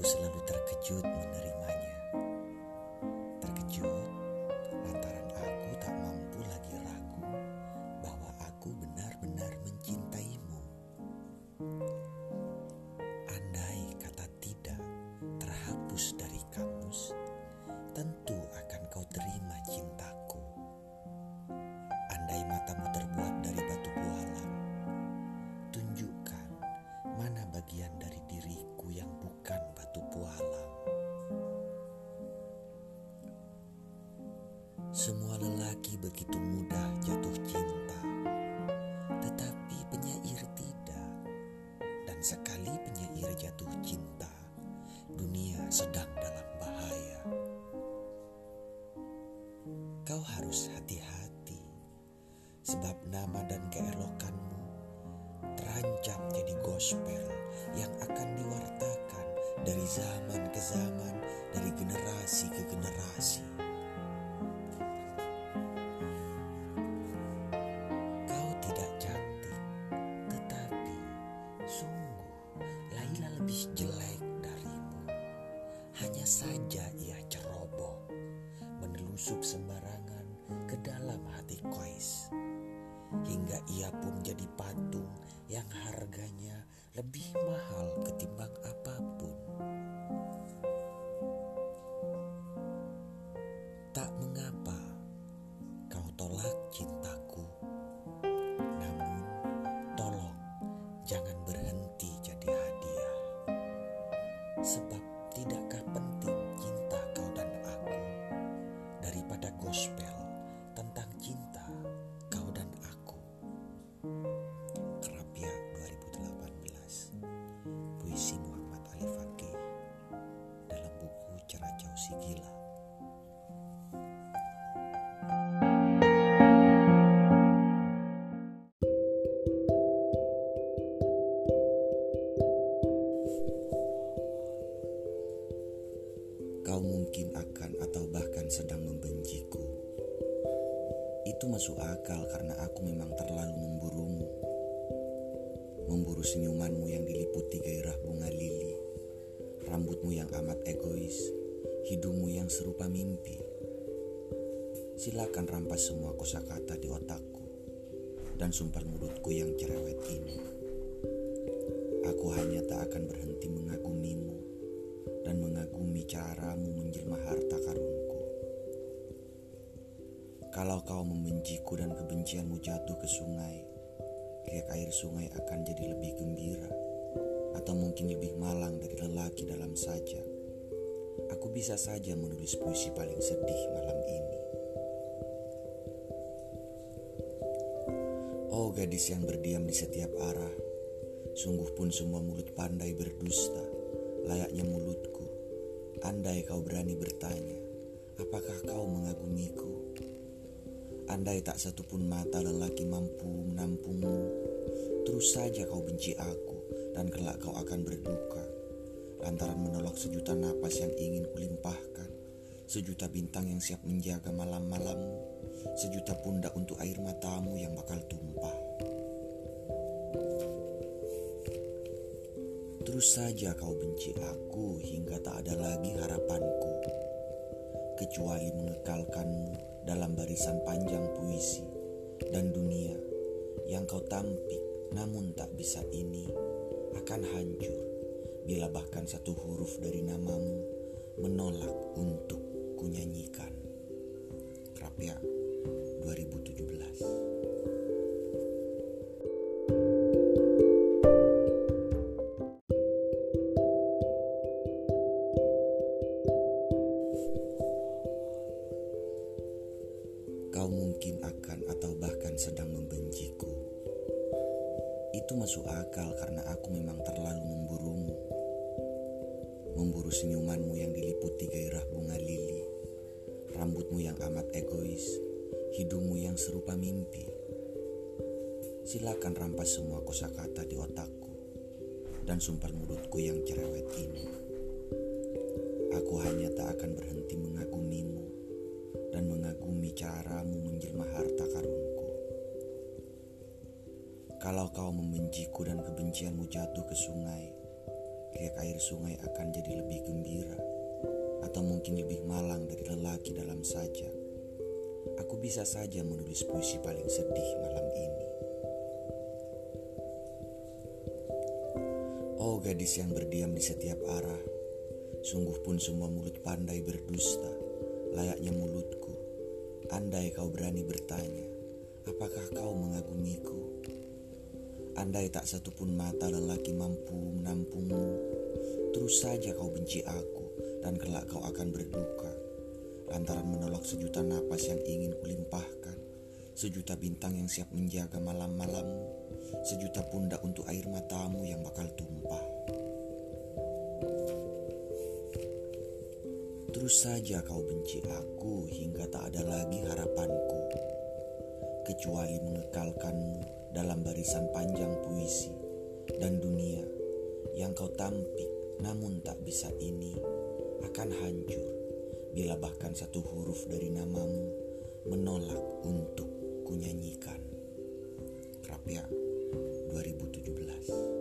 selalu terkejut menerimanya. Terkejut lantaran aku tak mampu lagi ragu bahwa aku benar-benar mencintaimu. Andai kata tidak terhapus dari kamus, tentu akan kau terima cintaku. Andai matamu terbuat dari batu bualam, tunjukkan mana bagian dari diriku yang bukan batu bualam. Semua lelaki begitu mudah jatuh cinta, tetapi penyair tidak. Dan sekali penyair jatuh cinta, dunia sedang dalam bahaya. Kau harus hati-hati, sebab nama dan keelokanmu terancam jadi gospel yang akan diwartakan dari zaman ke zaman, dari generasi ke generasi. Kau tidak cantik, tetapi sungguh Laila lebih jelek darimu. Hanya saja ia ceroboh, menelusup sembarangan ke dalam hati Kois, hingga ia pun jadi patung yang harganya lebih mahal ketimbang apapun. Tak mengapa kau tolak cintaku, namun tolong jangan berhenti jadi hadiah. Sebab tidakkah penting cinta kau dan aku daripada gospel tentang cinta kau dan aku. Kerapia 2018. Puisi Muhammad Ali Fakih dalam buku Ceracau Si Gila. Kau mungkin akan atau bahkan sedang membenciku. Itu masuk akal karena aku memang terlalu memburumu. Memburu senyumanmu yang diliputi gairah bunga lili, rambutmu yang amat egois, hidungmu yang serupa mimpi. Silakan rampas semua kosakata di otakku dan sumpah mulutku yang cerewet ini. Aku hanya tak akan berhenti mengagumimu dan mengagumi caramu menjelma harta karunku. Kalau kau membenciku dan kebencianmu jatuh ke sungai, riak air sungai akan jadi lebih gembira, atau mungkin lebih malang dari lelaki dalam sajak. Aku bisa saja menulis puisi paling sedih malam ini. Oh gadis yang berdiam di setiap arah, sungguh pun semua mulut pandai berdusta, layaknya mulutku. Andai kau berani bertanya, apakah kau mengagumiku? Andai tak satupun mata lelaki mampu menampungmu, terus saja kau benci aku dan kelak kau akan berduka lantaran menolak sejuta napas yang ingin kulimpahkan, sejuta bintang yang siap menjaga malam-malammu, sejuta pundak untuk air matamu yang bakal tumpah. Terus saja kau benci aku hingga tak ada lagi harapanku, kecuali mengekalkanmu dalam barisan panjang puisi dan dunia yang kau tampik namun tak bisa ini akan hancur bila bahkan satu huruf dari namamu menolak untuk kunyanyikan. Kerapia 2017. Kau mungkin akan atau bahkan sedang membenciku. Itu masuk akal karena aku memang terlalu memburumu. Memburu senyumanmu yang diliputi gairah bunga lili, rambutmu yang amat egois, hidungmu yang serupa mimpi. Silakan rampas semua kosakata di otakku dan sumpah mulutku yang cerewet ini. Aku hanya tak akan berhenti mengagumimu dan mengagumi caramu menjelma harta karunku. Kalau kau membenciku dan kebencianmu jatuh ke sungai, riak air sungai akan jadi lebih gembira, atau mungkin lebih malang dari lelaki dalam saja. Aku bisa saja menulis puisi paling sedih malam ini. Oh gadis yang berdiam di setiap arah, sungguh pun semua mulut pandai berdusta, layaknya mulutku. Andai kau berani bertanya, apakah kau mengagumiku? Andai tak satupun mata lelaki mampu menampungmu, terus saja kau benci aku dan kelak kau akan berduka lantaran menolak sejuta napas yang ingin kulimpahkan, sejuta bintang yang siap menjaga malam-malammu, sejuta pundak untuk air matamu yang bakal tumpah. Terus saja kau benci aku hingga tak ada lagi harapanku, kecuali mengekalkanmu dalam barisan panjang puisi dan dunia yang kau tampik namun tak bisa ini akan hancur bila bahkan satu huruf dari namamu menolak untuk kunyanyikan. Krapia 2017.